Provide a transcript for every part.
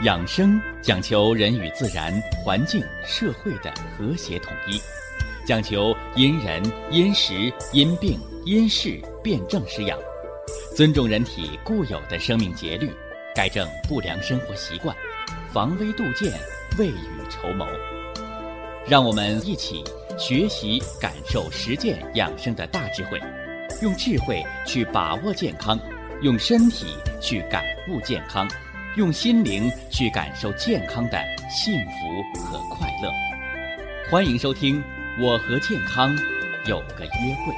养生讲求人与自然、环境、社会的和谐统一，讲求因人、因时、因病、因事辩证施养，尊重人体固有的生命节律，改正不良生活习惯，防微杜渐，未雨绸缪。让我们一起学习、感受、实践养生的大智慧，用智慧去把握健康，用身体去感悟健康，用心灵去感受健康的幸福和快乐。欢迎收听《我和健康有个约会》。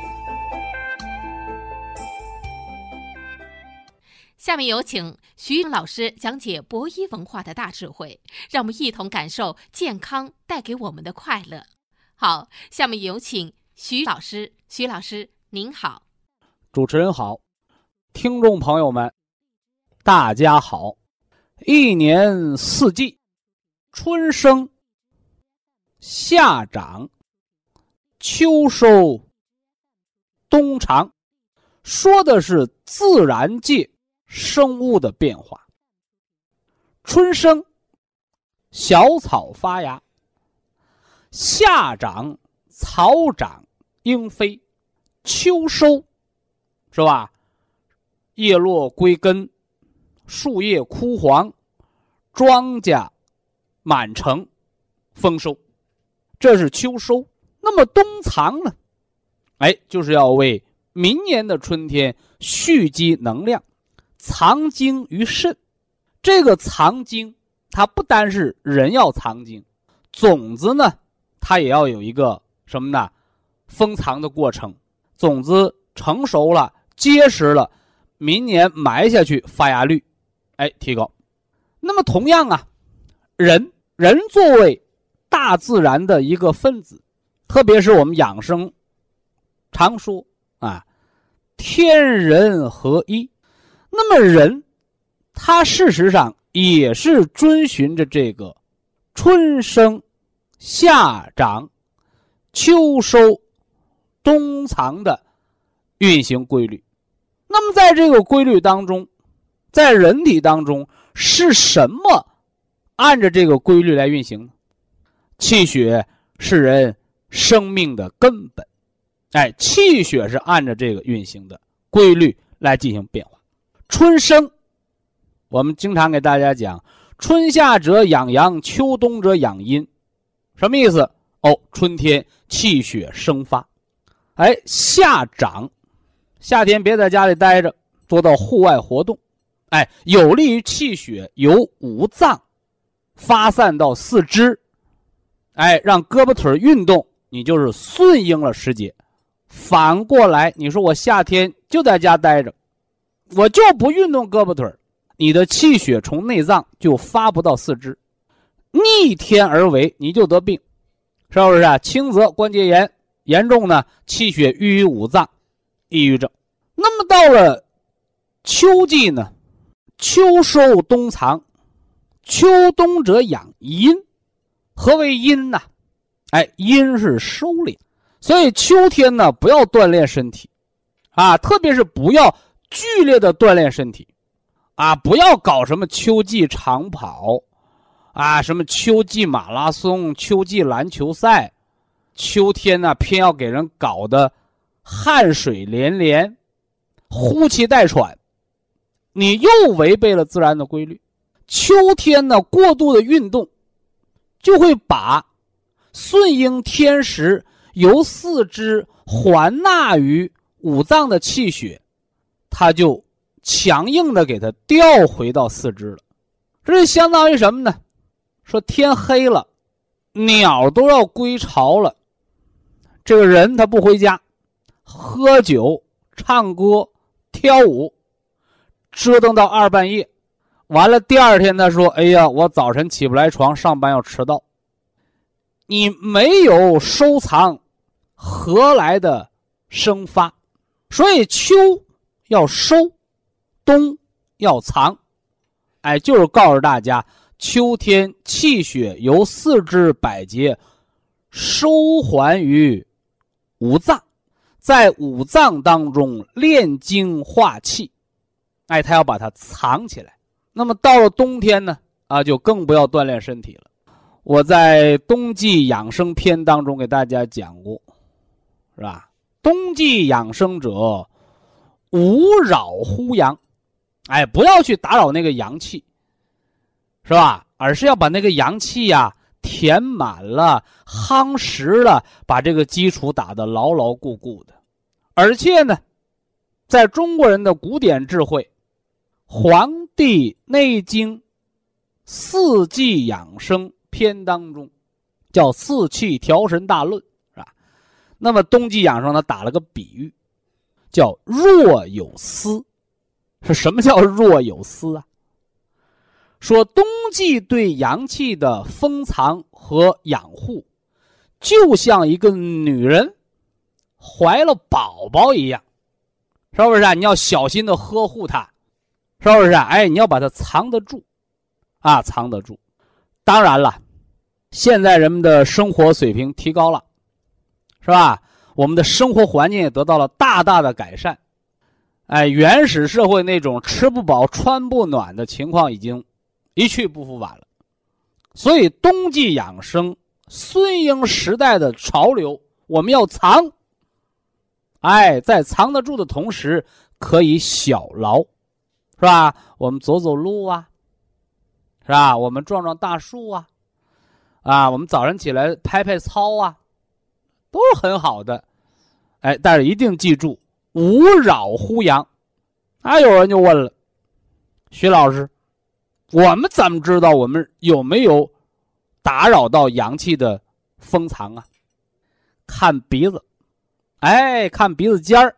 下面有请徐老师讲解博医文化的大智慧，让我们一同感受健康带给我们的快乐。好，下面有请徐老师。徐老师您好。 主持人好，听众朋友们大家好。一年四季，春生、夏长、秋收、冬藏，说的是自然界生物的变化。春生，小草发芽；夏长，草长莺飞；秋收，是吧？叶落归根，树叶枯黄，庄稼满城，丰收，这是秋收。那么冬藏呢？就是要为明年的春天蓄积能量，藏精于肾。这个藏精，它不单是人要藏精，种子呢，它也要有一个什么呢？封藏的过程。种子成熟了，结实了，明年埋下去，发芽率提高。那么同样啊，人作为大自然的一个分子，特别是我们养生常说天人合一。那么人他事实上也是遵循着这个春生、夏长、秋收、冬藏的运行规律。那么在这个规律当中，在人体当中是什么按着这个规律来运行呢？气血是人生命的根本，气血是按着这个运行的规律来进行变化。春生，我们经常给大家讲，春夏者养阳，秋冬者养阴。什么意思？春天气血生发。夏长，夏天别在家里待着，多到户外活动，有利于气血由五脏发散到四肢，让胳膊腿运动，你就是顺应了时节。反过来，你说我夏天就在家待着，我就不运动胳膊腿，你的气血从内脏就发不到四肢，逆天而为，你就得病，是不是啊？轻则关节炎，严重呢气血淤于五脏，抑郁症。那么到了秋季呢，秋收冬藏，秋冬者养阴。何为阴呢？阴是收敛，所以秋天呢不要锻炼身体特别是不要剧烈的锻炼身体不要搞什么秋季长跑什么秋季马拉松、秋季篮球赛，秋天呢偏要给人搞得汗水连连，呼气带喘，你又违背了自然的规律。秋天呢过度的运动就会把顺应天时由四肢还纳于五脏的气血，它就强硬的给它调回到四肢了。这就相当于什么呢？说天黑了，鸟都要归巢了，这个人他不回家，喝酒、唱歌、跳舞，折腾到二半夜，完了第二天他说我早晨起不来床，上班要迟到。你没有收藏，何来的生发？所以秋要收，冬要藏。就是告诉大家，秋天气血由四肢百节收还于五脏，在五脏当中炼精化气，他要把它藏起来。那么到了冬天呢， 啊，就更不要锻炼身体了。我在冬季养生篇当中给大家讲过，是吧？冬季养生者，勿扰乎阳。哎，不要去打扰那个阳气，是吧？而是要把那个阳气呀填满了、夯实了，把这个基础打得牢牢固固的。而且呢，在中国人的古典智慧《黄帝内经·四季养生篇》当中，叫四气调神大论，是吧？那么冬季养生呢，打了个比喻，叫若有司。是什么叫若有司啊？说冬季对阳气的封藏和养护，就像一个女人怀了宝宝一样，是不是啊？你要小心的呵护它，是不是啊？哎，你要把它藏得住啊，藏得住。当然了，现在人们的生活水平提高了，是吧？我们的生活环境也得到了大大的改善。哎，原始社会那种吃不饱穿不暖的情况已经一去不复返了。所以冬季养生，孙婴时代的潮流，我们要藏。哎，在藏得住的同时，可以小劳，是吧？我们走走路啊，是吧？我们撞撞大树啊，我们早晨起来拍拍操啊，都是很好的。哎，但是一定记住，勿扰乎阳。有人就问了，徐老师，我们怎么知道我们有没有打扰到阳气的封藏啊？看鼻子，看鼻子尖儿，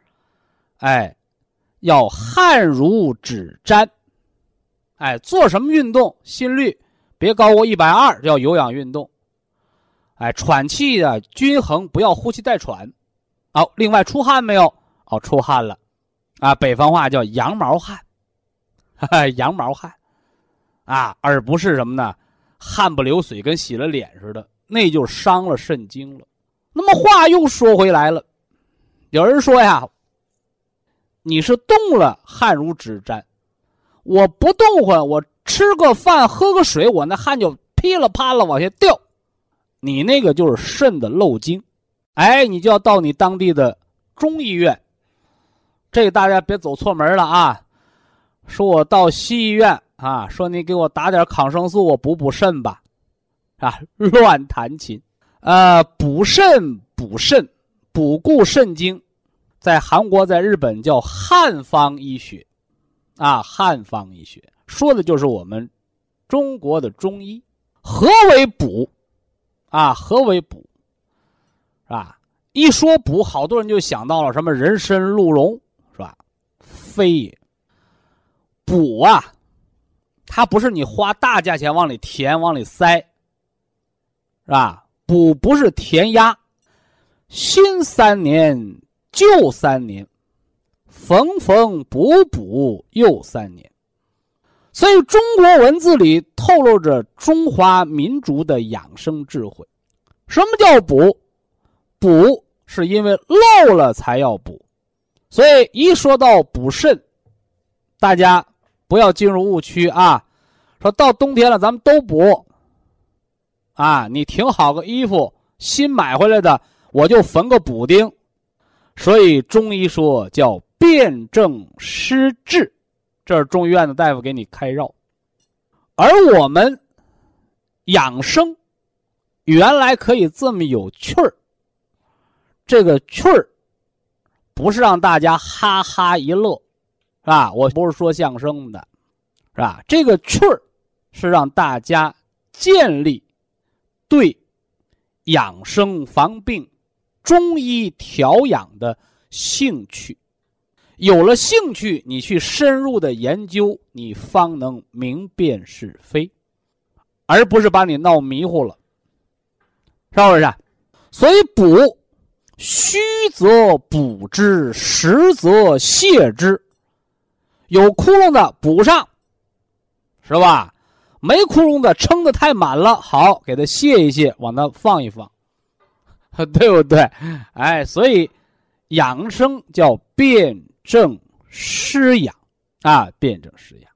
要汗如指沾。做什么运动，心率别高过120，叫有氧运动。喘气的均衡，不要呼气带喘。另外出汗没有？出汗了。北方话叫羊毛汗，羊毛汗，而不是什么呢？汗不流水，跟洗了脸似的，那就伤了肾经了。那么话又说回来了，有人说呀，你是动了汗如指沾，我不动换，我吃个饭喝个水，我那汗就噼里啪啦往下掉，你那个就是肾的漏精。你就要到你当地的中医院，这个大家别走错门了啊！说我到西医院说你给我打点抗生素，我补肾吧，乱弹琴。补肾，补固肾精，在韩国在日本叫汉方医学，汉方医学说的就是我们中国的中医。何为补？何为补？是吧？一说补，好多人就想到了什么人参、鹿茸，是吧？非也。补它不是你花大价钱往里填、往里塞，是吧？补不是填鸭，新3年旧3年，缝缝补补又3年。所以中国文字里透露着中华民族的养生智慧。什么叫补？补是因为漏了才要补，所以一说到补肾，大家不要进入误区说到冬天了咱们都补你挺好个衣服新买回来的，我就缝个补丁。所以中医说叫辨证施治，这是中医院的大夫给你开药。而我们养生原来可以这么有趣儿，这个趣儿不是让大家哈哈一乐，是吧？我不是说相声的，是吧？这个趣儿是让大家建立对养生防病、中医调养的兴趣。有了兴趣，你去深入的研究，你方能明辨是非，而不是把你闹迷糊了，是不是？所以补，虚则补之，实则泻之。有窟窿的补上，是吧？没窟窿的撑得太满了，好，给它泻一泻，往那放一放，对不对？所以养生叫辨证施养，辨证施养。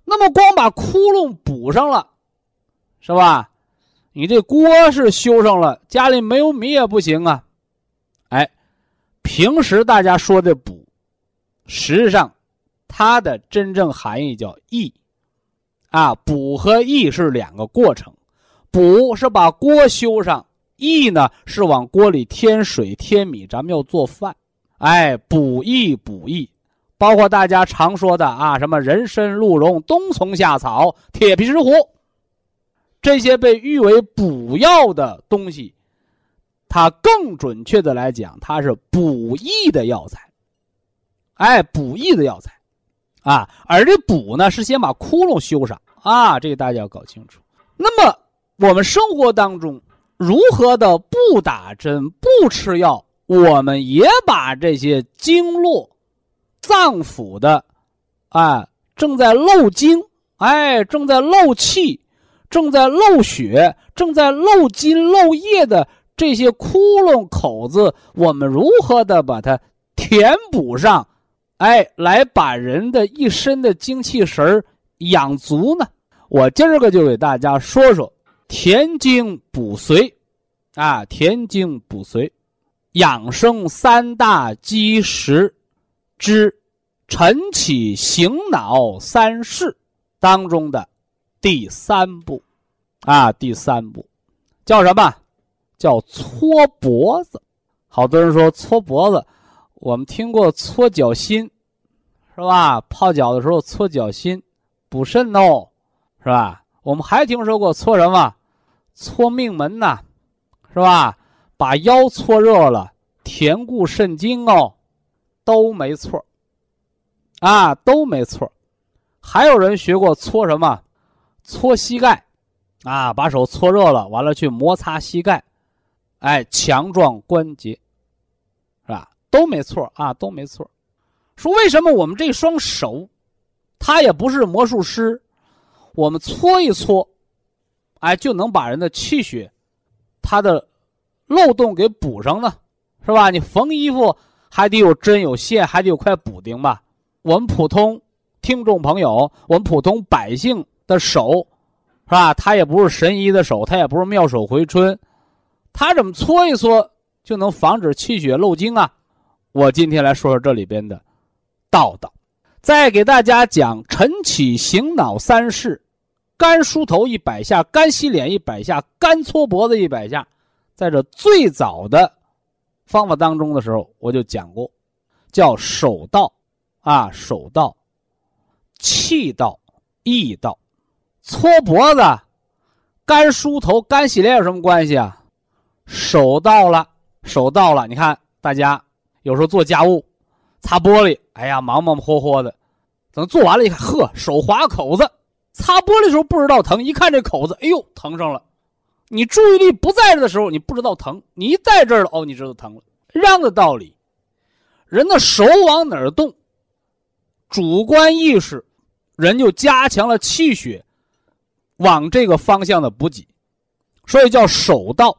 那么光把窟窿补上了，是吧？你这锅是修上了，家里没有米也不行啊。哎，平时大家说的补，实际上它的真正含义叫益。补和益是两个过程，补是把锅修上，益呢是往锅里添水添米，咱们要做饭。补益补益，包括大家常说的什么人参鹿茸冬虫夏草铁皮石斛，这些被誉为补药的东西，它更准确的来讲，它是补益的药材。补益的药材而这补呢是先把窟窿修上这个大家要搞清楚。那么我们生活当中如何的不打针不吃药，我们也把这些经络脏腑的正在漏精正在漏气正在漏血正在漏筋漏液的这些窟窿口子，我们如何的把它填补上来把人的一身的精气神养足呢？我今儿个就给大家说说填精补髓填精补髓，养生三大基石之晨起醒脑三事当中的第三步第三步叫什么？叫搓脖子。好多人说搓脖子，我们听过搓脚心，是吧？泡脚的时候搓脚心补肾是吧？我们还听说过搓什么？搓命门是吧？把腰搓热了填固肾精都没错都没错。还有人学过搓什么？搓膝盖把手搓热了，完了去摩擦膝盖强壮关节，是吧？都没错都没错。说为什么我们这双手它也不是魔术师，我们搓一搓就能把人的气血它的漏洞给补上呢？是吧？你缝衣服还得有针有线，还得有块补丁吧。我们普通听众朋友，我们普通百姓的手，是吧？他也不是神医的手，他也不是妙手回春，他怎么搓一搓就能防止气血漏精我今天来说说这里边的道道。再给大家讲晨起醒脑三事，干梳头100下，干洗脸100下，干搓脖子100下。在这最早的方法当中的时候我就讲过，叫手道手道、气道、意道。搓脖子干梳头干洗脸有什么关系手到了。你看大家有时候做家务擦玻璃，忙忙活活的，等做完了一看，手划口子，擦玻璃的时候不知道疼，一看这口子疼上了。你注意力不在这的时候你不知道疼，你一在这儿了你知道疼了。一样的道理，人的手往哪儿动，主观意识人就加强了气血往这个方向的补给，所以叫手到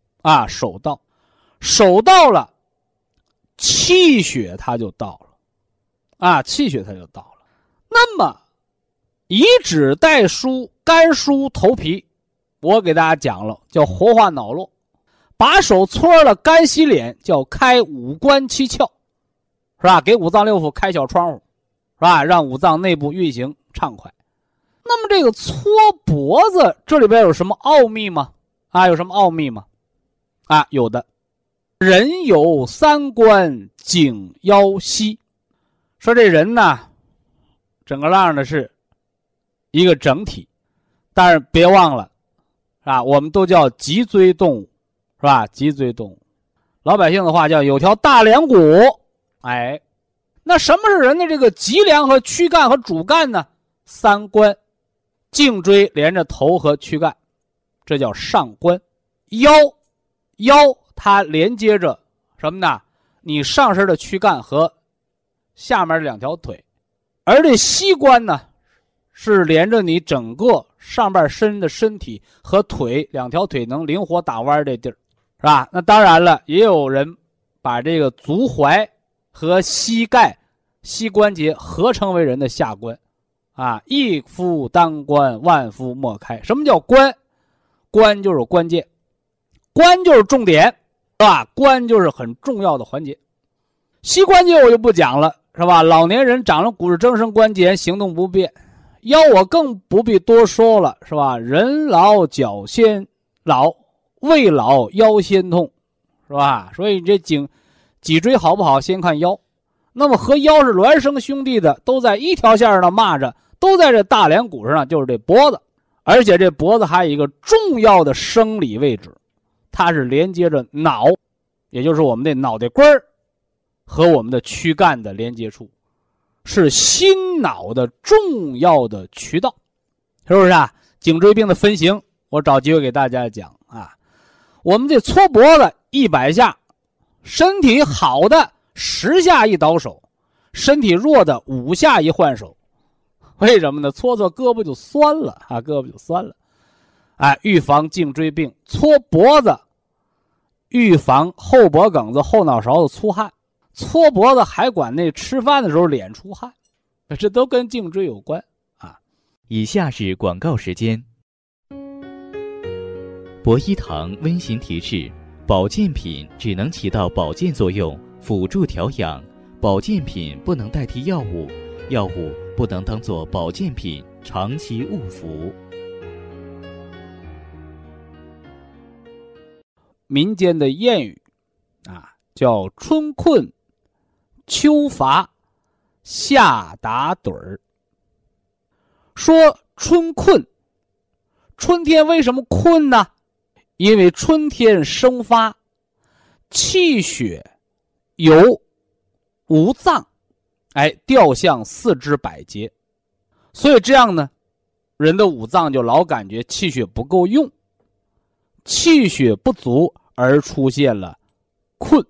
手到了，气血它就到了气血它就到了。那么以指代梳，干梳头皮，我给大家讲了，叫活化脑络。把手搓了干洗脸，叫开五官七窍，是吧？给五脏六腑开小窗户，是吧？让五脏内部运行畅快。那么这个搓脖子这里边有什么奥秘吗？有什么奥秘吗？有的。人有三关，颈腰膝。说这人呢，整个浪的是一个整体，但是别忘了我们都叫脊椎动物，是吧？脊椎动物，老百姓的话叫有条大梁骨。那什么是人的这个脊梁和躯干和主干呢？三关，颈椎连着头和躯干，这叫上关。腰它连接着什么呢？你上身的躯干和下面两条腿。而这膝关呢，是连着你整个上半身的身体和腿，两条腿能灵活打弯这地儿，是吧？那当然了，也有人把这个足踝和膝盖、膝关节合成为人的下关， 一夫当关，万夫莫开。什么叫关？关就是关键，关就是重点，是吧？关就是很重要的环节。膝关节我就不讲了，是吧？老年人长了骨质增生关节炎，行动不便。腰我更不必多说了，是吧？人老脚先老，未老腰先痛，是吧？所以这脊椎好不好，先看腰。那么和腰是孪生兄弟的，都在一条线上骂着，都在这大脸骨上，就是这脖子。而且这脖子还有一个重要的生理位置，它是连接着脑，也就是我们的脑袋瓜和我们的躯干的连接处，是心脑的重要的渠道，是不是啊？颈椎病的分型，我找机会给大家讲啊。我们这搓脖子100下，身体好的10下一倒手，身体弱的5下一换手。为什么呢？搓搓胳膊就酸了啊，胳膊就酸了。预防颈椎病，搓脖子，预防后脖梗子、后脑勺子出汗。搓脖子还管那吃饭的时候脸出汗，这都跟颈椎有关啊。 以下是广告时间。博一堂温馨提示：保健品只能起到保健作用，辅助调养，保健品不能代替药物，药物不能当作保健品长期误服。 民间的谚语叫春困秋乏夏打盹儿。说春困，春天为什么困呢？因为春天生发，气血由五脏调向四肢百节，所以这样呢，人的五脏就老感觉气血不够用，气血不足而出现了困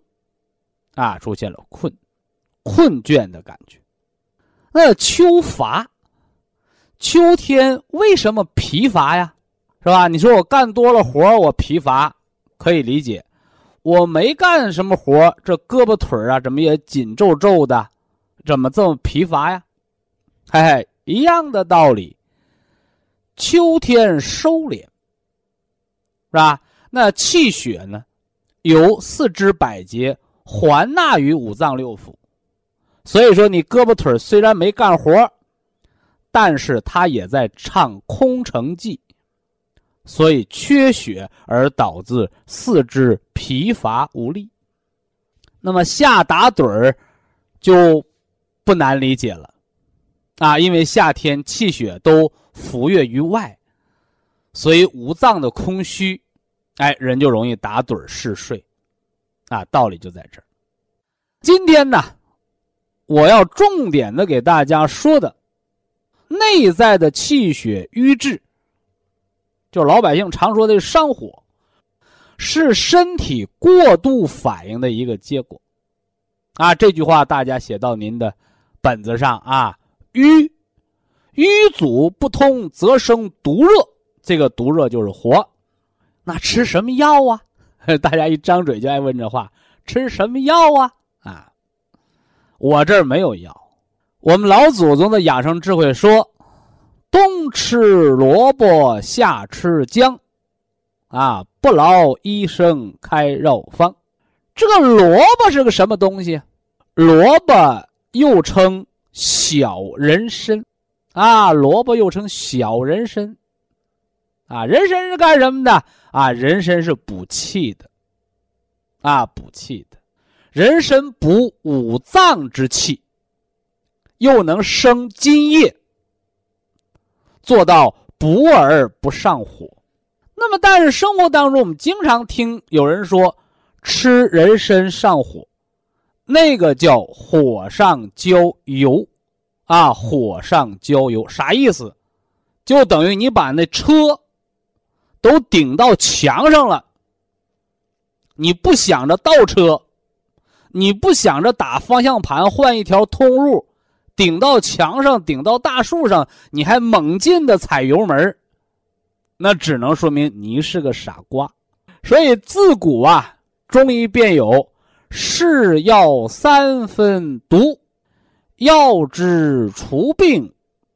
倦的感觉。那秋乏，秋天为什么疲乏呀？是吧？你说我干多了活我疲乏，可以理解。我没干什么活，这胳膊腿怎么也紧皱皱的，怎么这么疲乏呀？一样的道理。秋天收敛，是吧？那气血呢，由四肢百节还纳于五脏六腑。所以说你胳膊腿虽然没干活，但是它也在唱空城计，所以缺血而导致四肢疲乏无力。那么夏打盹儿就不难理解了因为夏天气血都浮跃于外，所以五脏的空虚，人就容易打盹嗜睡道理就在这儿。今天呢，我要重点的给大家说的内在的气血瘀滞，就老百姓常说的上火，是身体过度反应的一个结果这句话大家写到您的本子上瘀阻不通则生毒热，这个毒热就是火。那吃什么药啊？大家一张嘴就爱问这话，吃什么药啊？我这儿没有药。我们老祖宗的养生智慧说，冬吃萝卜夏吃姜不劳医生开药方。这个萝卜是个什么东西？萝卜又称小人参萝卜又称小人参人参是干什么的人参是补气的补气的。人参补五脏之气，又能生津液，做到补而不上火。那么但是生活当中我们经常听有人说吃人参上火，那个叫火上浇油火上浇油啥意思？就等于你把那车都顶到墙上了，你不想着倒车，你不想着打方向盘换一条通路，顶到墙上顶到大树上，你还猛劲的踩油门，那只能说明你是个傻瓜。所以自古中医便有是药三分毒，药之除病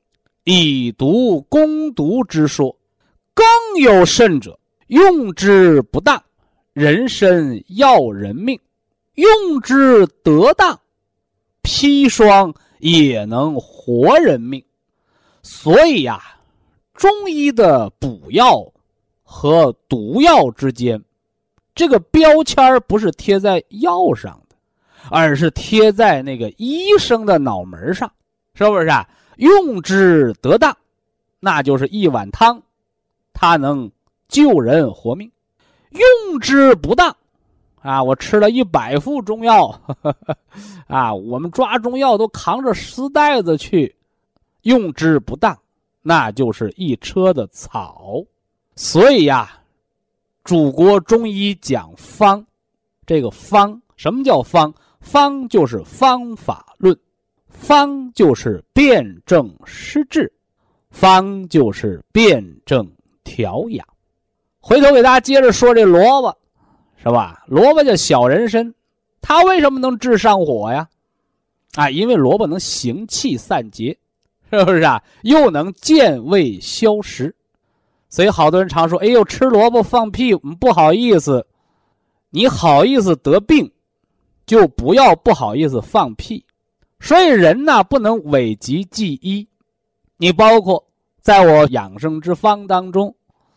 以毒攻毒之说。更有甚者，用之不当，人参要人命；用之得当，砒霜也能活人命。所以呀，中医的补药和毒药之间，这个标签不是贴在药上的，而是贴在那个医生的脑门上，是不是啊？用之得当，那就是一碗汤，它能救人活命；用之不当，啊，我吃了100副中药，啊，我们抓中药都扛着10袋子去，用之不当，那就是一车的草。所以呀，祖国中医讲方，这个方，什么叫方？方就是方法论，方就是辩证施治，方就是辩证调养。回头给大家接着说这萝卜，是吧？萝卜叫小人参，它为什么能治上火呀？啊，因为萝卜能行气散结，是不是啊？又能健胃消食。所以好多人常说，哎呦，吃萝卜放屁，不好意思。你好意思得病，就不要不好意思放屁。所以人呢，不能讳疾忌医。你包括在我养生之方当中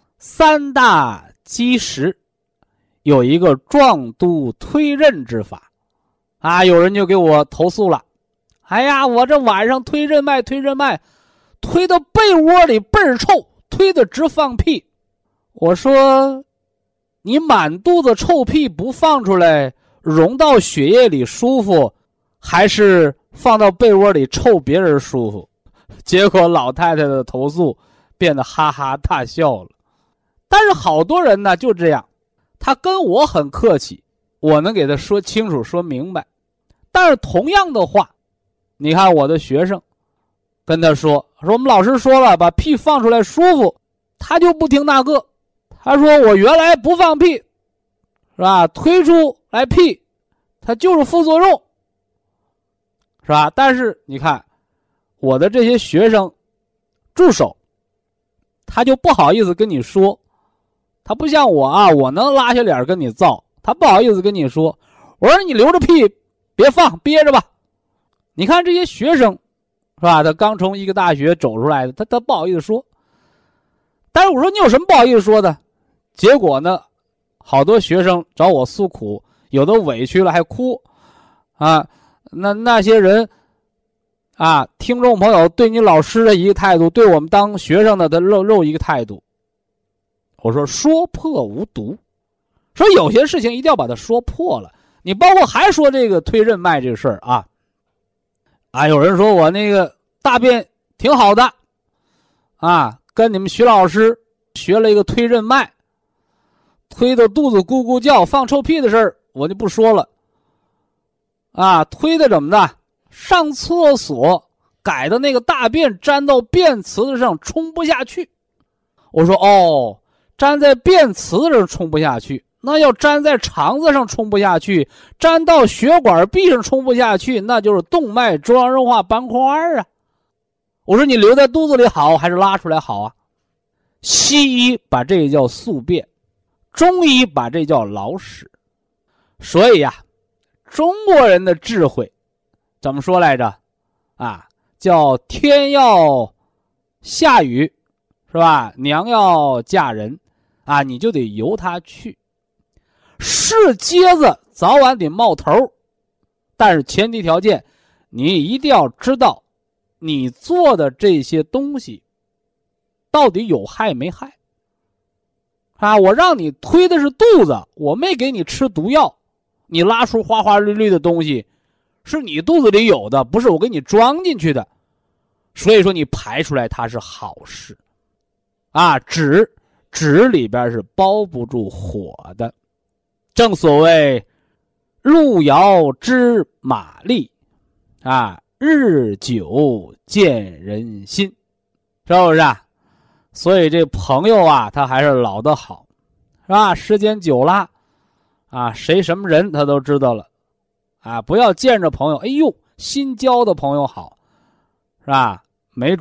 ，3大基石有一个壮督推任之法。啊，有人就给我投诉了，哎呀，我这晚上推任脉，推到被窝里倍儿臭，推得直放屁。我说，你满肚子臭屁不放出来，溶到血液里舒服，还是放到被窝里臭别人舒服？结果老太太的投诉变得哈哈大笑了。但是好多人呢就这样，他跟我很客气，我能给他说清楚说明白。但是同样的话，你看我的学生跟他说我们老师说了，把屁放出来舒服，他就不听那个。他说我原来不放屁，是吧？推出来屁，它就是副作用，是吧？但是你看我的这些学生助手，他就不好意思跟你说，他不像我啊，我能拉下脸跟你造，他不好意思跟你说。我说你留着屁别放，憋着吧。你看这些学生，是吧？他刚从一个大学走出来的，他不好意思说。但是我说你有什么不好意思说的？结果呢，好多学生找我诉苦，有的委屈了还哭啊。那些人啊，听众朋友对你老师的一个态度，对我们当学生的漏一个态度。我说说破无毒，说有些事情一定要把它说破了。你包括还说这个推任脉这个事儿啊，有人说我那个大便挺好的啊，跟你们徐老师学了一个推任脉，推到肚子咕咕叫放臭屁的事儿我就不说了啊。推的怎么的？上厕所改的那个大便粘到便池子上冲不下去。我说哦，粘在便池子上冲不下去，那要粘在肠子上冲不下去，粘到血管壁上冲不下去，那就是动脉粥样硬化斑块啊。我说你留在肚子里好还是拉出来好啊？西医把这个叫宿便，中医把这叫老屎。所以呀，中国人的智慧怎么说来着啊？叫天要下雨，是吧？娘要嫁人啊，你就得由他去。是疖子早晚得冒头，但是前提条件，你一定要知道你做的这些东西到底有害没害啊？我让你推的是肚子，我没给你吃毒药，你拉出花花绿绿的东西是你肚子里有的，不是我给你装进去的。所以说你排出来它是好事啊。纸里边是包不住火的。正所谓路遥知马力啊，日久见人心，是不是啊？所以这朋友啊，他还是老的好，是吧？时间久了啊，谁什么人他都知道了啊。不要见着朋友，哎呦，新交的朋友好，是吧？没准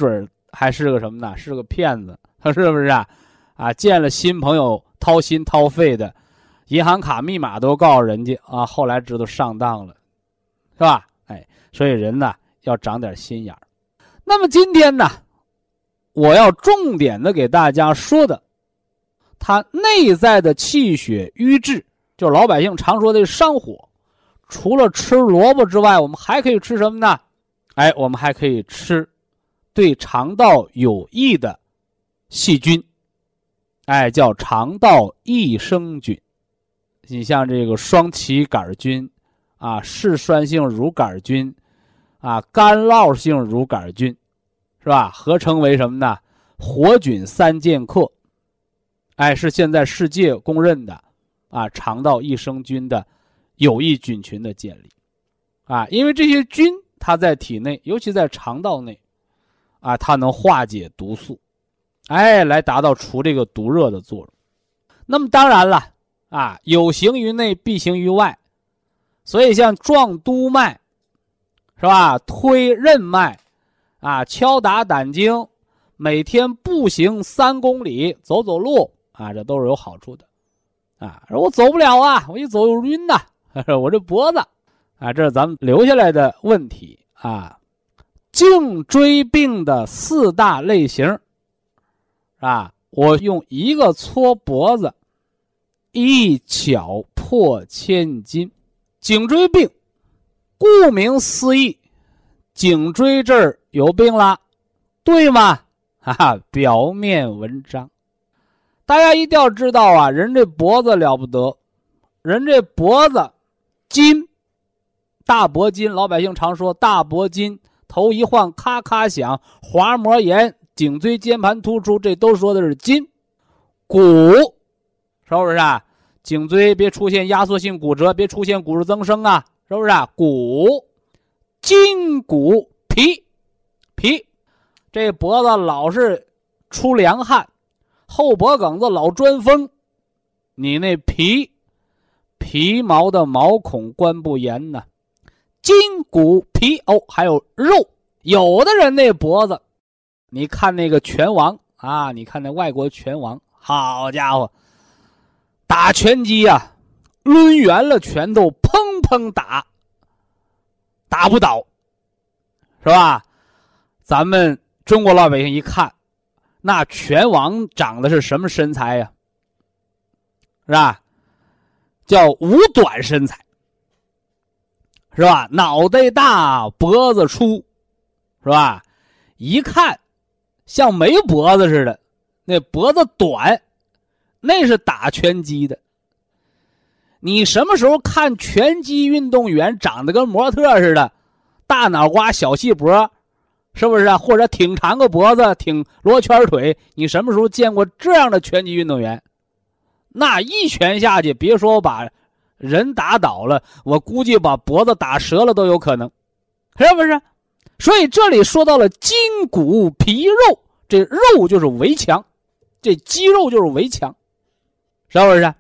还是个什么呢？是个骗子，是不是啊？见了新朋友掏心掏肺的，银行卡密码都告诉人家啊，后来知道上当了，是吧？所以人呢要长点心眼儿。那么今天呢，我要重点的给大家说的，它内在的气血瘀滞，就是老百姓常说的上火，除了吃萝卜之外，我们还可以吃什么呢？我们还可以吃对肠道有益的细菌，叫肠道益生菌。你像这个双歧杆菌嗜酸性乳杆菌干酪性乳杆菌，是吧？合称为什么呢？活菌三剑客，是现在世界公认的肠道益生菌的有益菌群的建立因为这些菌它在体内，尤其在肠道内它能化解毒素，来达到除这个毒热的作用。那么当然了有形于内必形于外，所以像壮督脉，是吧？推任脉敲打胆经，每天步行3公里，走走路这都是有好处的我走不了我一走又晕我这脖子这是咱们留下来的问题颈椎病的4大类型我用一个搓脖子，一巧破千金。颈椎病顾名思义，颈椎这儿有病了，对吗？表面文章。大家一定要知道人这脖子了不得，人这脖子筋，大脖筋，老百姓常说大脖筋，头一晃咔咔响，滑膜炎，颈椎间盘突出，这都说的是筋。骨是不是颈椎别出现压缩性骨折，别出现骨质增生是不是骨。筋骨皮这脖子老是出凉汗，后脖梗子老钻风，你那皮毛的毛孔关不严呢。筋骨皮还有肉，有的人那脖子，你看那个拳王你看那外国拳王，好家伙，打拳击抡圆了拳头砰砰打不倒，是吧？咱们中国老百姓一看，那拳王长的是什么身材呀？是吧？叫五短身材，是吧？脑袋大，脖子粗，是吧？一看像没脖子似的，那脖子短，那是打拳击的。你什么时候看拳击运动员长得跟模特似的，大脑瓜小细脖，是不是或者挺长个脖子，挺罗圈腿，你什么时候见过这样的拳击运动员？那一拳下去，别说把人打倒了，我估计把脖子打折了都有可能，是不是？所以这里说到了筋骨皮肉，这肉就是围墙，这肌肉就是围墙，是不是？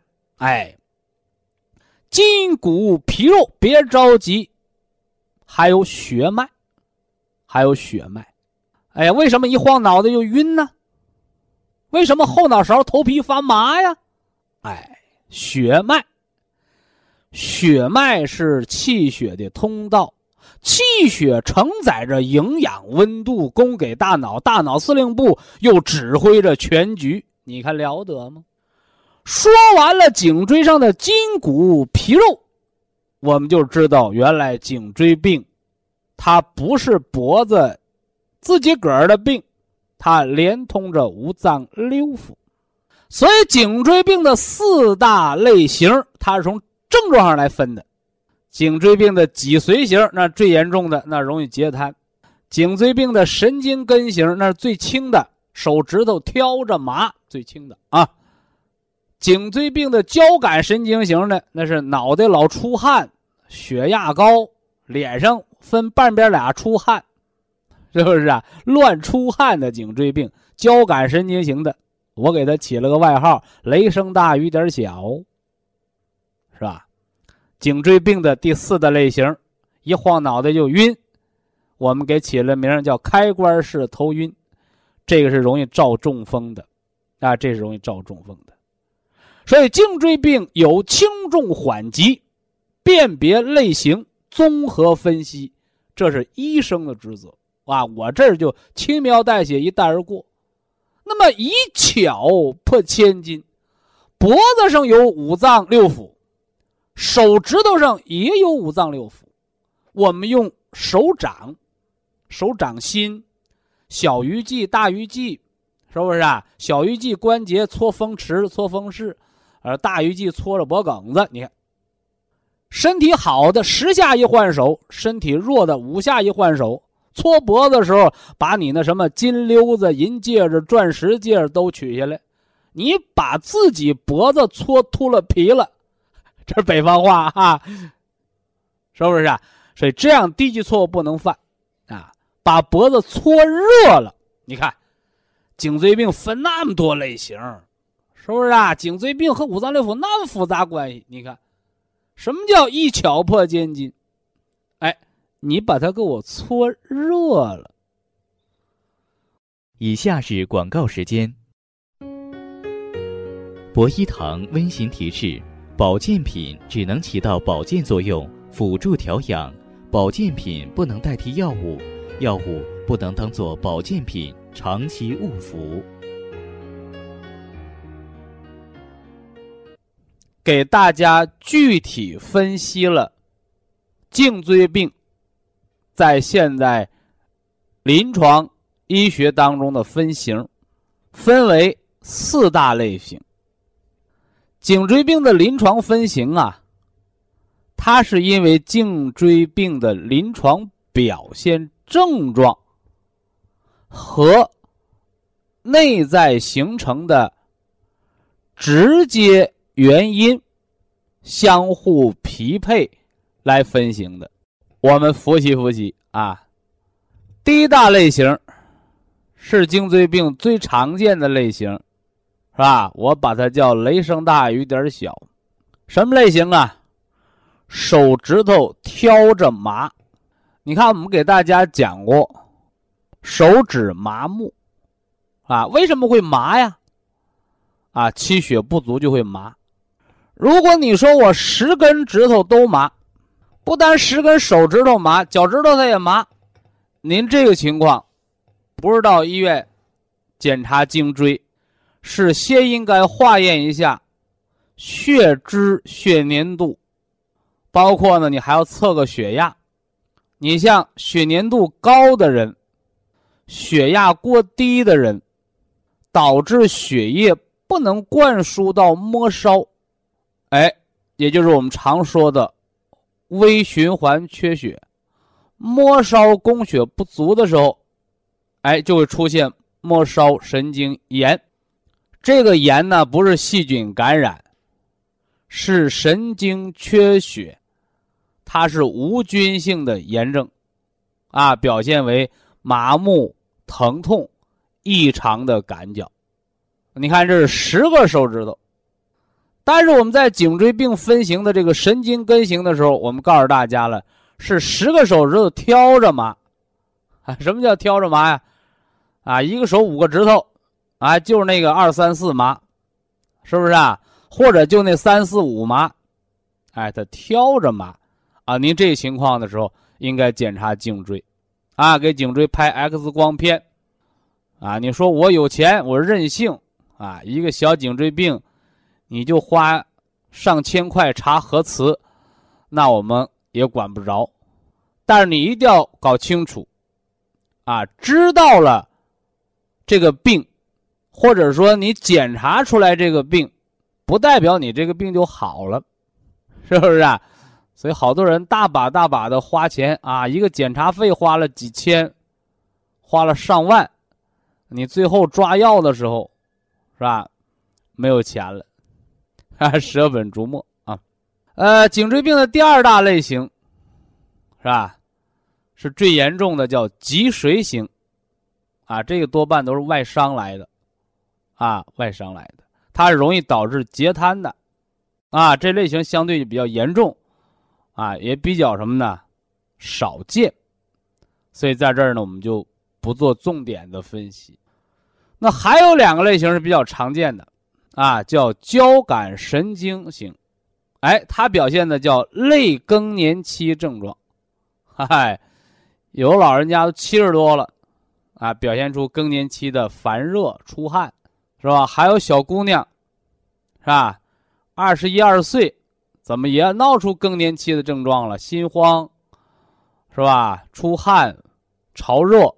筋骨皮肉别着急，还有血脉，为什么一晃脑袋就晕呢？为什么后脑勺头皮发麻呀？血脉是气血的通道，气血承载着营养温度供给大脑，大脑司令部又指挥着全局，你看了得吗？说完了颈椎上的筋骨皮肉，我们就知道原来颈椎病它不是脖子自己个儿的病，它连通着五脏六腑。所以颈椎病的4大类型它是从症状上来分的。颈椎病的脊髓型，那最严重的，那容易截瘫。颈椎病的神经根型，那是最轻的，手指头挑着麻，最轻的颈椎病的交感神经型的，那是脑袋老出汗，血压高，脸上分半边俩出汗，是不是乱出汗的颈椎病，交感神经型的，我给他起了个外号，雷声大雨点小，是吧？颈椎病的第4的类型，一晃脑袋就晕，我们给起了名叫开关式头晕。 这个是容易招中风的，这是容易招中风的。所以颈椎病有轻重缓急，辨别类型，综合分析，这是医生的职责我这儿就轻描淡写一带而过。那么以巧破千金，脖子上有五脏六腑，手指头上也有五脏六腑，我们用手掌心、小鱼际、大鱼际，是不是小鱼际关节搓风池、搓风室，大鱼际搓着脖梗子。你看，身体好的10下一换手，身体弱的5下一换手。搓脖子的时候，把你那什么金溜子、银戒指、钻石戒指都取下来，你把自己脖子搓秃了皮了，这是北方话是不是所以这样低级错误不能犯把脖子搓热了。你看颈椎病分那么多类型，是不是颈椎病和五脏六腑那么复杂关系。你看什么叫一巧破千金，你把它给我搓热了。 以下是广告时间。博一堂温馨提示：保健品只能起到保健作用，辅助调养，保健品不能代替药物，药物不能当作保健品长期误服。 给大家具体分析了颈椎病在现在临床医学当中的分型，分为4大类型。颈椎病的临床分型它是因为颈椎病的临床表现症状和内在形成的直接原因相互匹配来分型的。我们复习第一大类型是颈椎病最常见的类型，是吧？我把它叫雷声大雨点小。什么类型手指头挑着麻。你看我们给大家讲过手指麻木为什么会麻呀？气血不足就会麻。如果你说我10根指头都麻，不单10根手指头麻，脚趾头它也麻，您这个情况不是到医院检查颈椎，是先应该化验一下血脂、血粘度，包括呢你还要测个血压。你像血粘度高的人，血压过低的人，导致血液不能灌输到末梢，也就是我们常说的微循环缺血，末梢供血不足的时候，就会出现末梢神经炎。这个炎呢不是细菌感染，是神经缺血，它是无菌性的炎症表现为麻木、疼痛、异常的感觉。你看这是10个手指头，但是我们在颈椎病分型的这个神经根型的时候，我们告诉大家了，是10个手指头挑着麻什么叫挑着麻呀？一个手5个指头就是那个2、3、4麻，是不是或者就那3、4、5麻，它挑着麻您这个情况的时候应该检查颈椎给颈椎拍 X 光片你说我有钱，我任性一个小颈椎病你就花上千块查核磁，那我们也管不着。但是你一定要搞清楚知道了这个病，或者说你检查出来这个病，不代表你这个病就好了，是不是所以好多人大把的花钱一个检查费花了几千，花了上万，你最后抓药的时候是吧没有钱了舍本逐末颈椎病的第2大类型是吧，是最严重的，叫脊髓型这个多半都是外伤来的它是容易导致截瘫的这类型相对比较严重也比较什么呢少见，所以在这儿呢我们就不做重点的分析。 那还有2个类型是比较常见的，叫交感神经型。它表现的叫类更年期症状。有老人家都70多了，表现出更年期的烦热、出汗，是吧？还有小姑娘，是吧？21、22岁，怎么也闹出更年期的症状了？心慌，是吧？出汗、潮热。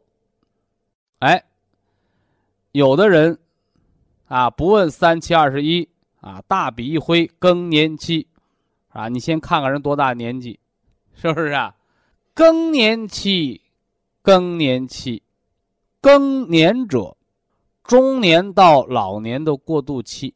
有的人不问3721大笔一挥，更年期你先看看人多大年纪，是不是啊？更年期，更年者，中年到老年的过渡期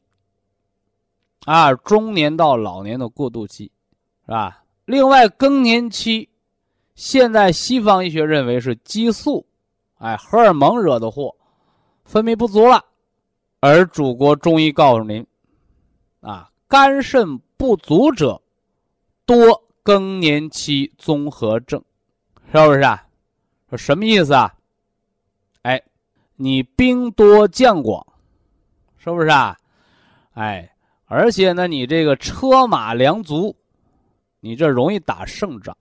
中年到老年的过渡期，是吧？另外，更年期，现在西方医学认为是激素，荷尔蒙惹的祸，分泌不足了。而祖国中医告诉您，肝肾不足者多更年期综合症，是不是啊？说什么意思啊？你兵多将广，是不是啊？而且呢，你这个车马粮足，你这容易打胜仗。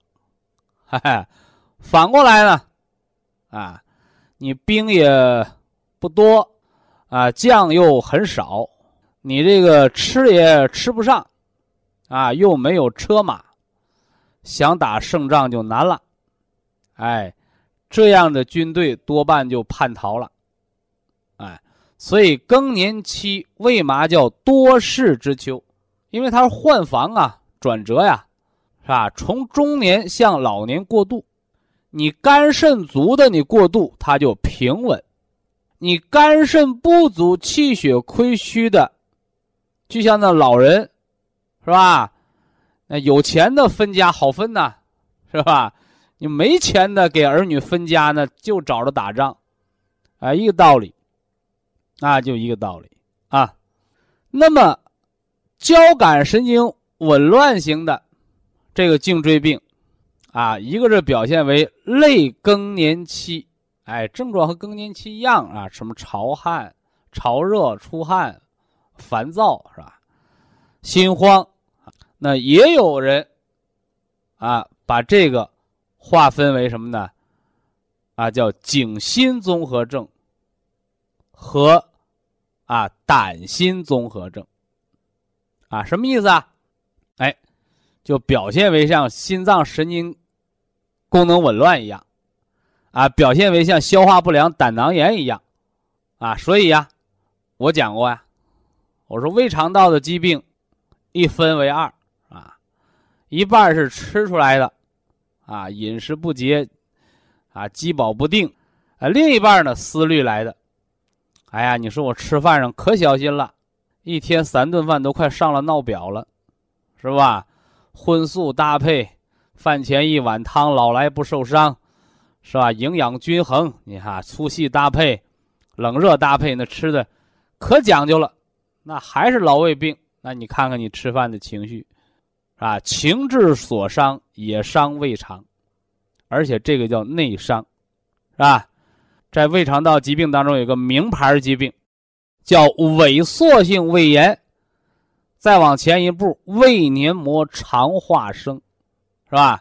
反过来呢，你兵也不多，将又很少，你这个吃也吃不上，又没有车马，想打胜仗就难了。这样的军队多半就叛逃了。所以更年期为嘛叫多事之秋？因为它是换防转折是吧？从中年向老年过渡，你肝肾足的你过渡它就平稳，你肝肾不足、气血亏虚的，就像那老人，是吧？那有钱的分家好分是吧？你没钱的给儿女分家呢，就找着打仗，一个道理。就一个道理那么交感神经紊乱型的这个颈椎病一个是表现为类更年期，症状和更年期一样什么潮汗、潮热、出汗、烦躁，是吧？心慌。那也有人把这个划分为什么呢？叫颈心综合症和胆心综合症。什么意思就表现为像心脏神经功能紊乱一样表现为像消化不良、胆囊炎一样所以我讲过我说胃肠道的疾病一分为2一半是吃出来的饮食不节饥饱不定另一半呢思虑来的。你说我吃饭上可小心了，一天3顿饭都快上了闹表了，是吧？荤素搭配，饭前1碗汤，老来不受伤，是吧？营养均衡，你看粗细搭配，冷热搭配，那吃的可讲究了，那还是老胃病。那你看看你吃饭的情绪情志所伤也伤胃肠，而且这个叫内伤，是吧？在胃肠道疾病当中有个名牌疾病叫萎缩性胃炎，再往前一步胃黏膜肠化生，是吧？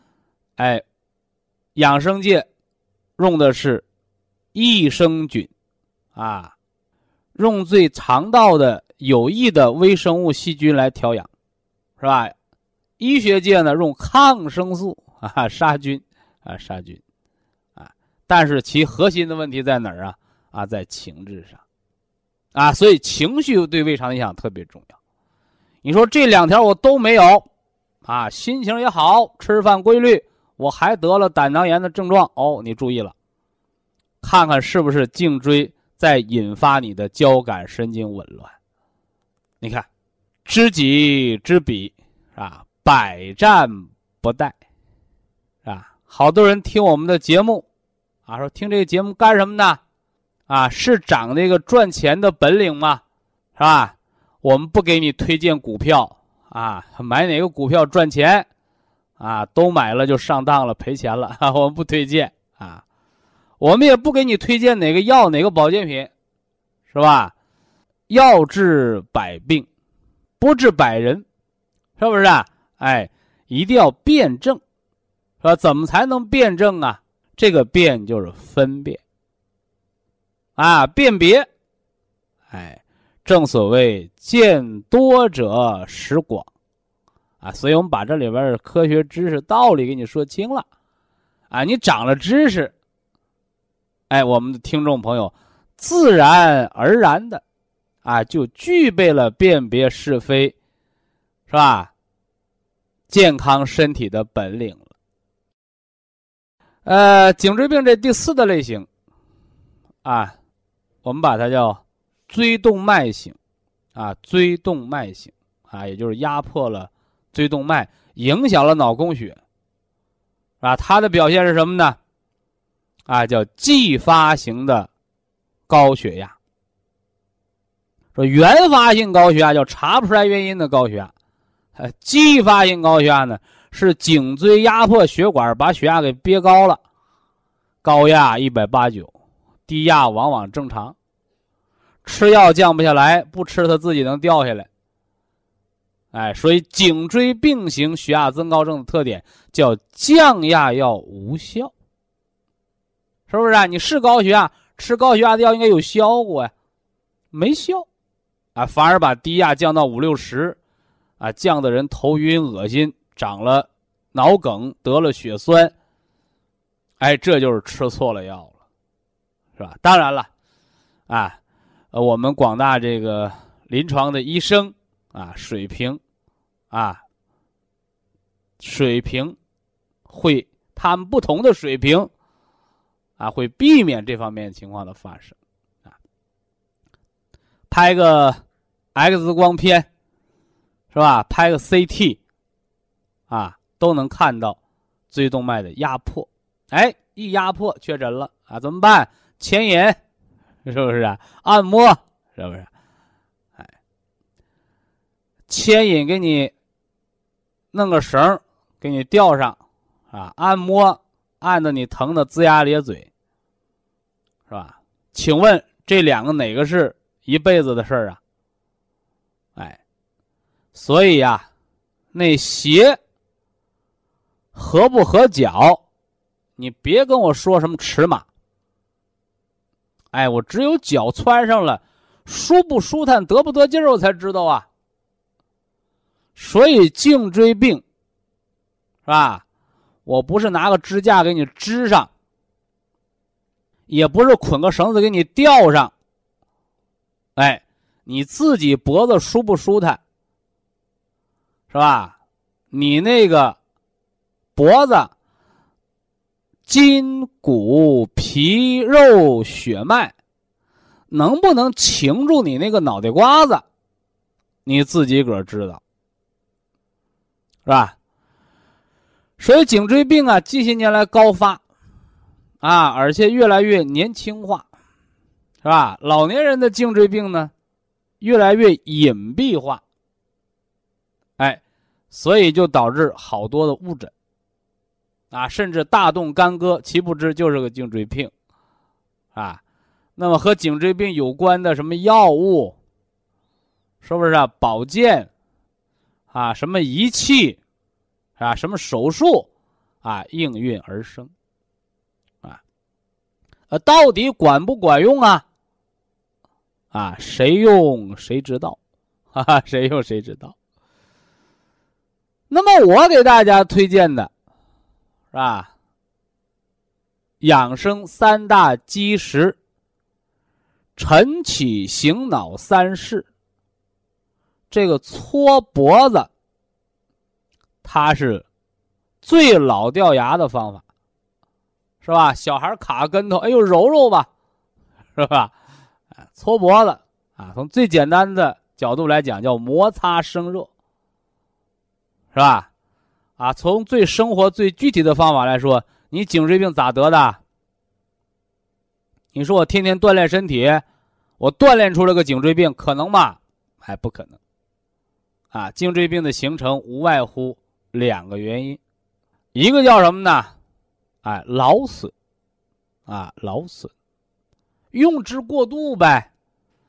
养生界用的是益生菌用对肠道的有益的微生物细菌来调养，是吧？医学界呢用抗生素杀菌杀菌但是其核心的问题在哪儿在情志上所以情绪对胃肠影响特别重要。你说这2条我都没有心情也好，吃饭规律，我还得了胆囊炎的症状你注意了，看看是不是颈椎在引发你的交感神经紊乱。你看知己知彼百战不殆好多人听我们的节目说听这个节目干什么呢？是长这个赚钱的本领吗？是吧？我们不给你推荐股票买哪个股票赚钱都买了就上当了赔钱了我们不推荐我们也不给你推荐哪个药哪个保健品是吧？药治百病，不治百人，是不是啊？哎，一定要辩证，是吧？怎么才能辩证啊？这个辨就是分辨啊，辨别。哎，正所谓见多者识广啊，所以我们把这里边的科学知识道理给你说清了啊，你长了知识，哎，我们的听众朋友自然而然的啊，就具备了辨别是非，是吧？健康身体的本领了。颈椎病这第4的类型啊，我们把它叫椎动脉型啊，椎动脉型啊，也就是压迫了椎动脉，影响了脑供血啊。它的表现是什么呢？啊，叫继发型的高血压。说原发性高血压叫查不出来原因的高血压，继发性高血压呢是颈椎压迫血管，把血压给憋高了，高压189，低压往往正常，吃药降不下来，不吃它自己能掉下来。哎，所以颈椎病型血压增高症的特点叫降压药无效，是不是啊？你是高血压，吃高血压的药应该有效果呀，没效啊，反而把低压降到50、60啊，降的人头晕恶心，长了脑梗，得了血栓。哎，这就是吃错了药了，是吧？当然了啊，我们广大这个临床的医生啊，水平会，他们不同的水平啊，会避免这方面情况的发生啊。拍个 X 光片是吧？拍个 CT 啊，都能看到椎动脉的压迫。哎，一压迫确诊了啊，怎么办？牵引，是不是啊？按摩，是不是？哎，牵引给你弄个绳给你吊上啊，按摩按得你疼得龇牙咧嘴，是吧？请问这2个哪个是一辈子的事儿啊？哎，所以呀，那鞋合不合脚，你别跟我说什么尺码。哎，我只有脚穿上了，舒不舒坦，得不得劲儿，我才知道啊。所以颈椎病，是吧？我不是拿个支架给你支上，也不是捆个绳子给你吊上。哎，你自己脖子舒不舒坦，是吧？你那个脖子筋骨皮肉血脉能不能擎住你那个脑袋瓜子，你自己个儿知道，是吧？所以颈椎病啊，近些年来高发啊，而且越来越年轻化，是吧？老年人的颈椎病呢，越来越隐蔽化，哎，所以就导致好多的误诊啊，甚至大动干戈，其不知就是个颈椎病啊。那么和颈椎病有关的什么药物，是不是啊？保健啊，什么仪器啊，什么手术啊，应运而生啊。到底管不管用啊？啊，谁用谁知道，哈哈，谁用谁知道。那么我给大家推荐的是吧？养生3大基石，晨起醒脑3式。这个搓脖子，它是最老掉牙的方法，是吧？小孩卡跟头，哎呦，揉揉吧，是吧？搓脖子啊，从最简单的角度来讲，叫摩擦生热，是吧？啊，从最生活最具体的方法来说，你颈椎病咋得的？你说我天天锻炼身体，我锻炼出了个颈椎病，可能吗？哎，不可能。啊，颈椎病的形成无外乎2个原因，一个叫什么呢？哎，劳损，啊，劳损，用之过度呗。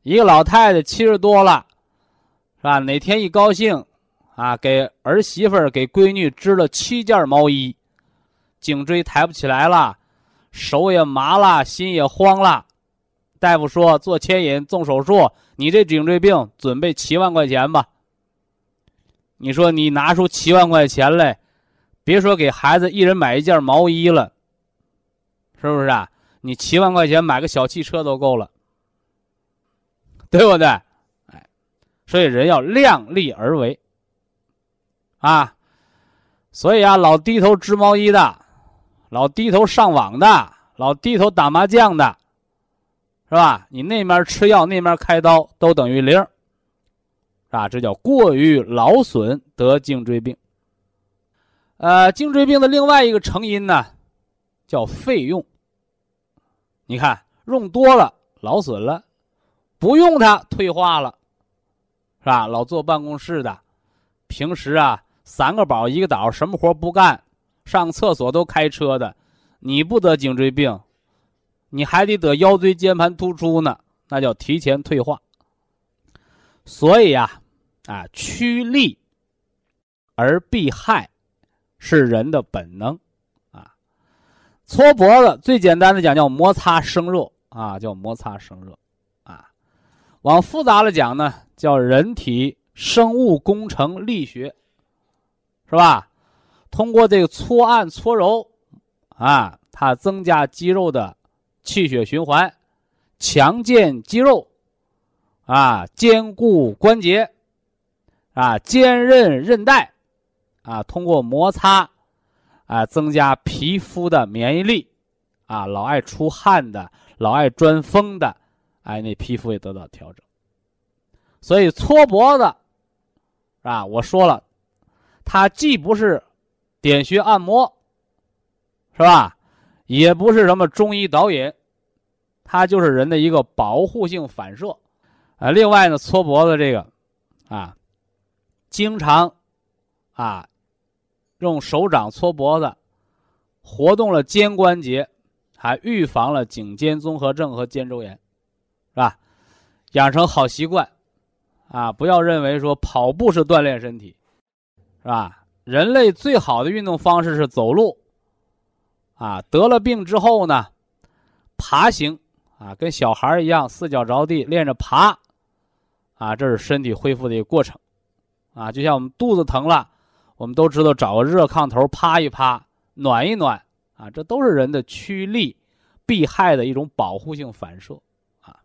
一个老太太70多了，是吧？哪天一高兴啊，给儿媳妇儿给闺女织了7件毛衣，颈椎抬不起来了，手也麻了，心也慌了。大夫说做牵引动手术，你这颈椎病准备7万块钱吧。你说你拿出7万块钱来，别说给孩子一人买1件毛衣了，是不是啊？你7万块钱买个小汽车都够了，对不对？哎，所以人要量力而为啊。所以啊，老低头织毛衣的，老低头上网的，老低头打麻将的，是吧？你那面吃药，那面开刀，都等于0，啊，这叫过于劳损得颈椎病。颈椎病的另外一个成因呢，叫费用。你看，用多了劳损了，不用它退化了，是吧？老坐办公室的，平时啊3个宝1个倒，什么活不干，上厕所都开车的，你不得颈椎病，你还得得腰椎间盘突出呢，那叫提前退化。所以啊，趋利而避害是人的本能啊。搓脖子最简单的讲叫摩擦生热啊，叫摩擦生热啊。往复杂了讲呢，叫人体生物工程力学，是吧？通过这个搓按搓揉啊，它增加肌肉的气血循环，强健肌肉啊，坚固关节啊，坚韧韧带啊，通过摩擦啊，增加皮肤的免疫力啊，老爱出汗的，老爱钻风的，那皮肤也得到调整。所以搓脖子啊，我说了，它既不是点穴按摩，是吧？也不是什么中医导引，它就是人的一个保护性反射。另外呢，搓脖子这个啊，经常啊用手掌搓脖子，活动了肩关节，还预防了颈肩综合症和肩周炎，是吧？养成好习惯啊，不要认为说跑步是锻炼身体，是吧？人类最好的运动方式是走路啊，得了病之后呢，爬行啊，跟小孩一样4脚着地练着爬啊，这是身体恢复的一个过程啊。就像我们肚子疼了，我们都知道找个热炕头趴一趴，暖一暖啊，这都是人的趋利避害的一种保护性反射啊。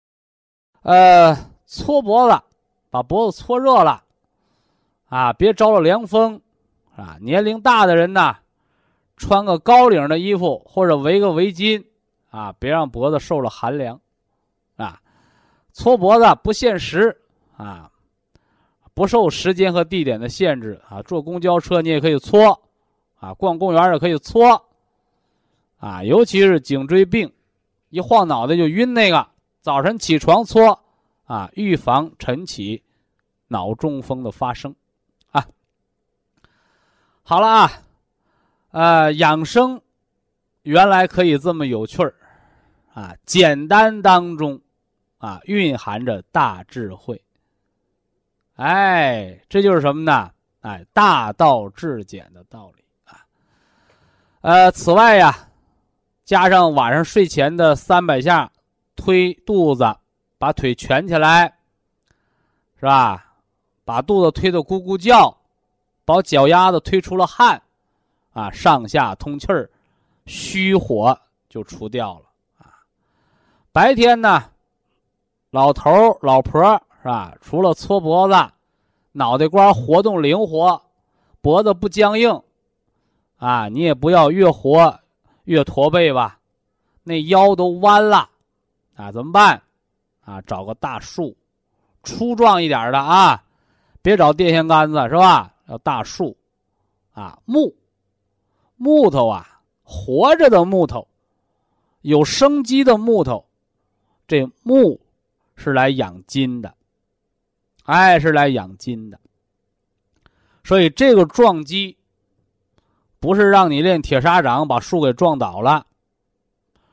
搓脖子，把脖子搓热了啊，别着了凉风啊。年龄大的人呢，穿个高领的衣服或者围个围巾啊，别让脖子受了寒凉啊。搓脖子不限时啊，不受时间和地点的限制啊。坐公交车你也可以搓啊，逛公园也可以搓啊。尤其是颈椎病，一晃脑袋就晕那个，早晨起床搓啊，预防晨起脑中风的发生啊。好了啊，养生原来可以这么有趣儿啊，简单当中啊蕴含着大智慧。这就是什么呢？大道至简的道理啊。此外呀，加上晚上睡前的300下推肚子，把腿蜷起来，是吧？把肚子推得咕咕叫，把脚丫子推出了汗啊，上下通气儿，虚火就除掉了啊。白天呢，老头老婆是吧？除了搓脖子，脑袋瓜活动灵活，脖子不僵硬啊，你也不要越活越驼背吧，那腰都弯了啊，怎么办啊？找个大树，粗壮一点的啊，别找电线杆子是吧？要大树啊，木头啊，活着的木头，有生机的木头，这木是来养筋的，是来养筋的。所以这个撞击不是让你练铁砂掌把树给撞倒了，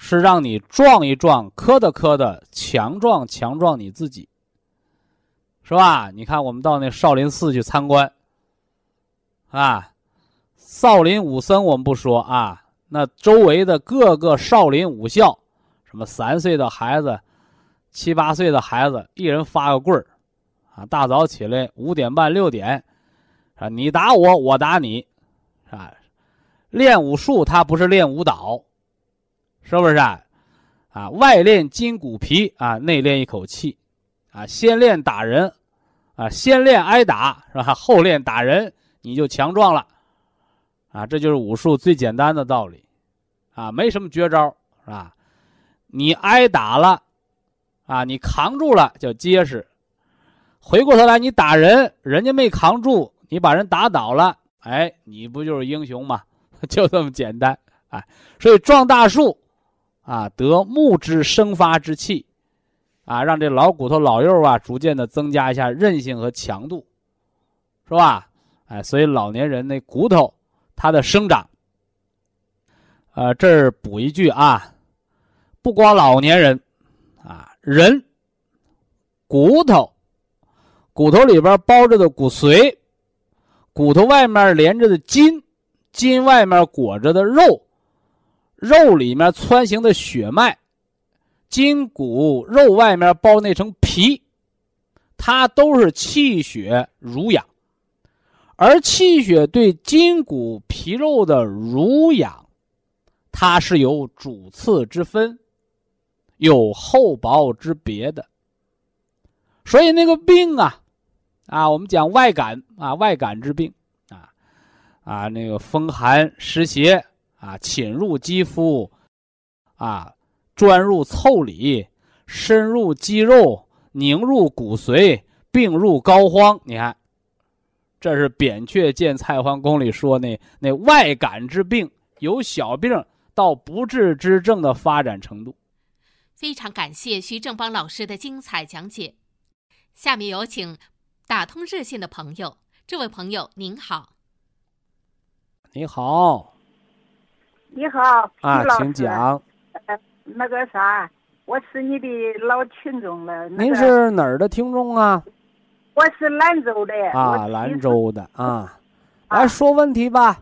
是让你壮一壮，磕的强壮你自己，是吧？你看我们到那少林寺去参观，啊，少林武僧我们不说啊，那周围的各个少林武校，什么3岁的孩子、7、8岁的孩子，一人发个棍儿，啊，大早起来5点半、6点，啊，你打我，我打你，啊，练武术他不是练舞蹈，是不是啊？啊，外练筋骨皮啊，内练一口气，啊，先练打人，啊，先练挨打是吧？后练打人，你就强壮了，啊，这就是武术最简单的道理，啊，没什么绝招，是吧？你挨打了，啊，你扛住了叫结实。回过头来你打人，人家没扛住，你把人打倒了，哎，你不就是英雄吗？就这么简单，哎，所以壮大树。啊，得木之生发之气，啊，让这老骨头老幼啊，逐渐的增加一下韧性和强度，是吧？哎，所以老年人那骨头它的生长，这儿补一句啊，不光老年人，啊，人骨头里边包着的骨髓，骨头外面连着的筋，筋外面裹着的肉。肉里面穿行的血脉，筋骨肉外面包那层皮，它都是气血濡养，而气血对筋骨皮肉的濡养，它是有主次之分，有厚薄之别的。所以那个病啊，我们讲外感啊，外感之病啊，那个风寒湿邪。啊，侵入肌肤，啊，钻入腠理，深入肌肉，凝入骨髓，病入膏肓。你看，这是扁鹊见蔡桓公里说那外感之病，由小病到不治之症的发展程度。 非常感谢徐正邦老师的精彩讲解。下面有请打通热线的朋友，这位朋友您好。 你好。 你好， 啊，请讲。 那个啥，我是你的老听众了。 您是哪儿的听众啊？ 我是兰州的。 啊，兰州的啊。来说问题吧。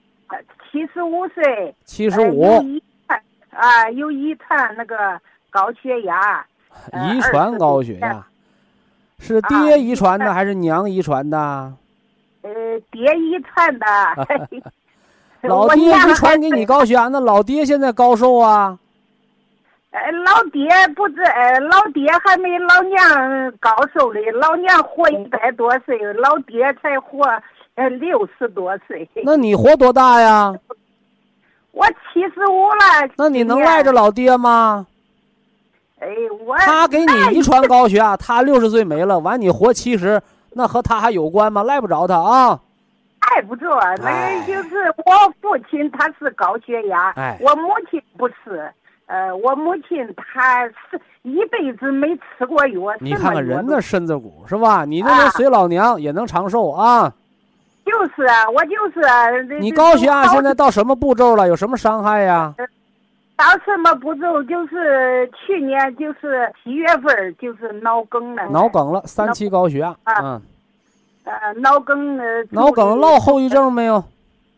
75岁。 75。 有遗传那个高血压。 遗传高血压，是爹遗传的还是娘遗传的？ 爹遗传的。 老爹遗传给你高血压，那老爹现在高寿啊？ 老爹不是，老爹还没老娘高寿嘞，老娘活100多岁，老爹才活60多岁。 那你活多大呀？ 我75了。 那你能赖着老爹吗？他给你遗传高血压，他60岁没了，完你活70，那和他还有关吗？赖不着他啊。 赖不着，那就是我父亲他是高血压，我母亲不是，我母亲她是一辈子没吃过药。 你看看人的身子骨是吧？你那能随老娘也能长寿啊？ 就是啊，我就是啊。 你高血压现在到什么步骤了？有什么伤害呀？ 到什么步骤？就是去年就是7月份就是脑梗了。 脑梗了，3期高血压。 脑梗落后遗症没有？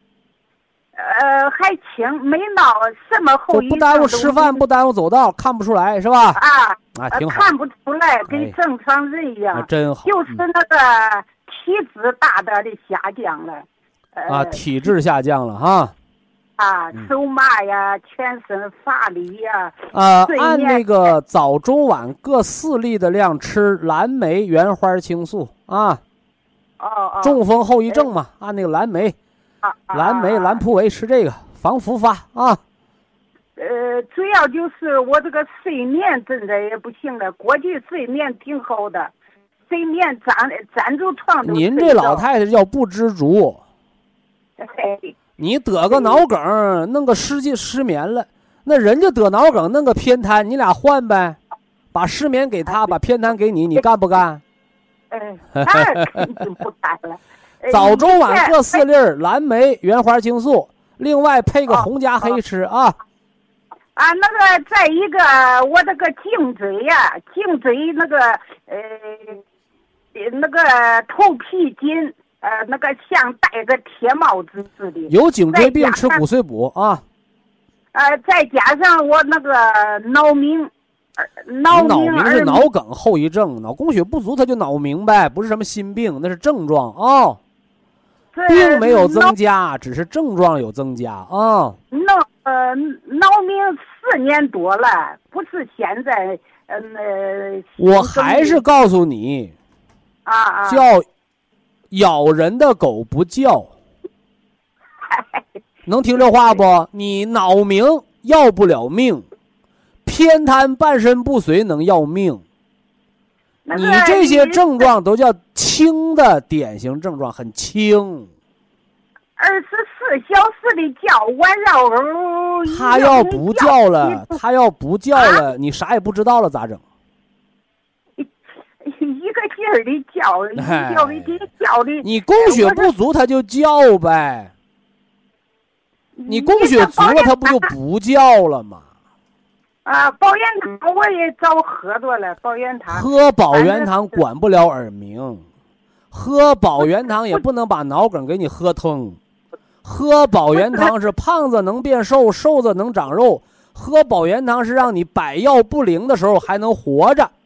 还轻，没闹什么后遗症。 不耽误吃饭，不耽误走道，看不出来是吧？挺好。 看不出来，跟正常人一样。 真好。 就是那个体质大大的下降了。 体质下降了哈。 手麻呀，全身乏力呀。 按那个早中晚各4粒的量吃蓝莓原花青素啊。中风后遗症嘛，按那个蓝莓、蓝普韦吃这个防复发啊。 主要就是我这个睡眠真的也不行了，过去睡眠挺好的，睡眠站住床都。 您这老太太叫不知足。你得个脑梗，弄个失眠了，那人家得脑梗弄个偏瘫，你俩换呗，把失眠给他，把偏瘫给你，你干不干？ 那肯定不干了。 早中晚各4粒蓝莓原花青素，另外配个红加黑吃啊。 啊，那个再一个，我这个颈椎呀，颈椎那个头皮紧，那个像戴个铁帽子似的。 有颈椎病吃骨碎补啊。 再加上我那个脑鸣是脑梗后遗症，脑供血不足，它就脑鸣呗，不是什么心病，那是症状啊。并没有增加，只是症状有增加啊。 脑鸣4年多了，不是现在我还是告诉你，叫咬人的狗不叫。能听这话不？你脑鸣要不了命，偏瘫半身不遂能要命。你这些症状都叫轻的典型症状，很轻。 24小时的叫，晚上他要不叫了，你啥也不知道了，咋整？ 一个劲儿的叫，叫的。 你供血不足，他就叫呗。你供血足了，他不就不叫了吗？ 保元汤我也早喝多了，保元汤。 喝保元汤管不了耳鸣，喝保元汤也不能把脑梗给你喝通。喝保元汤是胖子能变瘦，瘦子能长肉。喝保元汤是让你百药不灵的时候还能活着。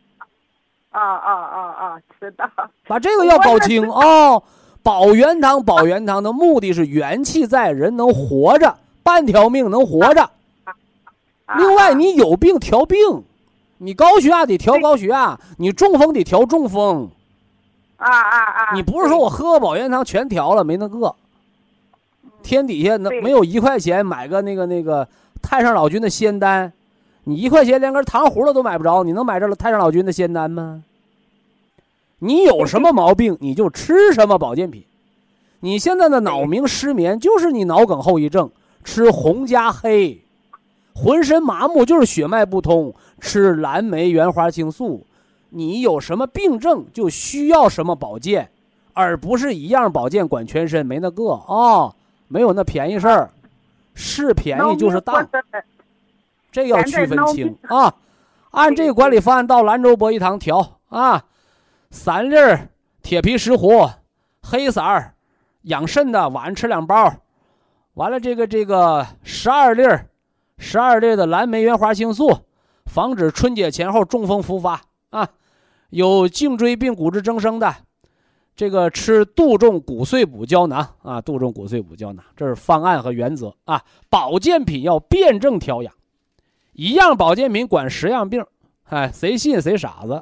知道。 把这个要搞清啊！保元汤的目的是元气在，人能活着，半条命能活着。另外，你有病调病，你高血压得调高血压，你中风得调中风。你不是说我喝个保元汤全调了，没那个。天底下没有1块钱买个那个太上老君的仙丹，你1块钱连根糖葫芦都买不着，你能买着太上老君的仙丹吗？你有什么毛病你就吃什么保健品。你现在的脑鸣失眠就是你脑梗后遗症，吃红加黑。浑身麻木就是血脉不通，吃蓝莓原花青素。你有什么病症就需要什么保健，而不是一样保健管全身，没那个没有那便宜事儿，是便宜就是当，这要区分清啊。按这个管理方案到兰州博医堂调3粒铁皮石斛，黑色儿养肾的，晚上吃2包。完了这个12粒的蓝莓原花青素，防止春节前后中风复发有颈椎病骨质增生的，这个吃杜仲骨碎补胶囊杜仲骨碎补胶囊，这是方案和原则保健品要辩证调养，一样保健品管10样病，谁信谁傻子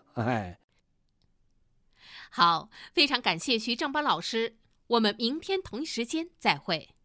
好，非常感谢徐正邦老师，我们明天同一时间再会。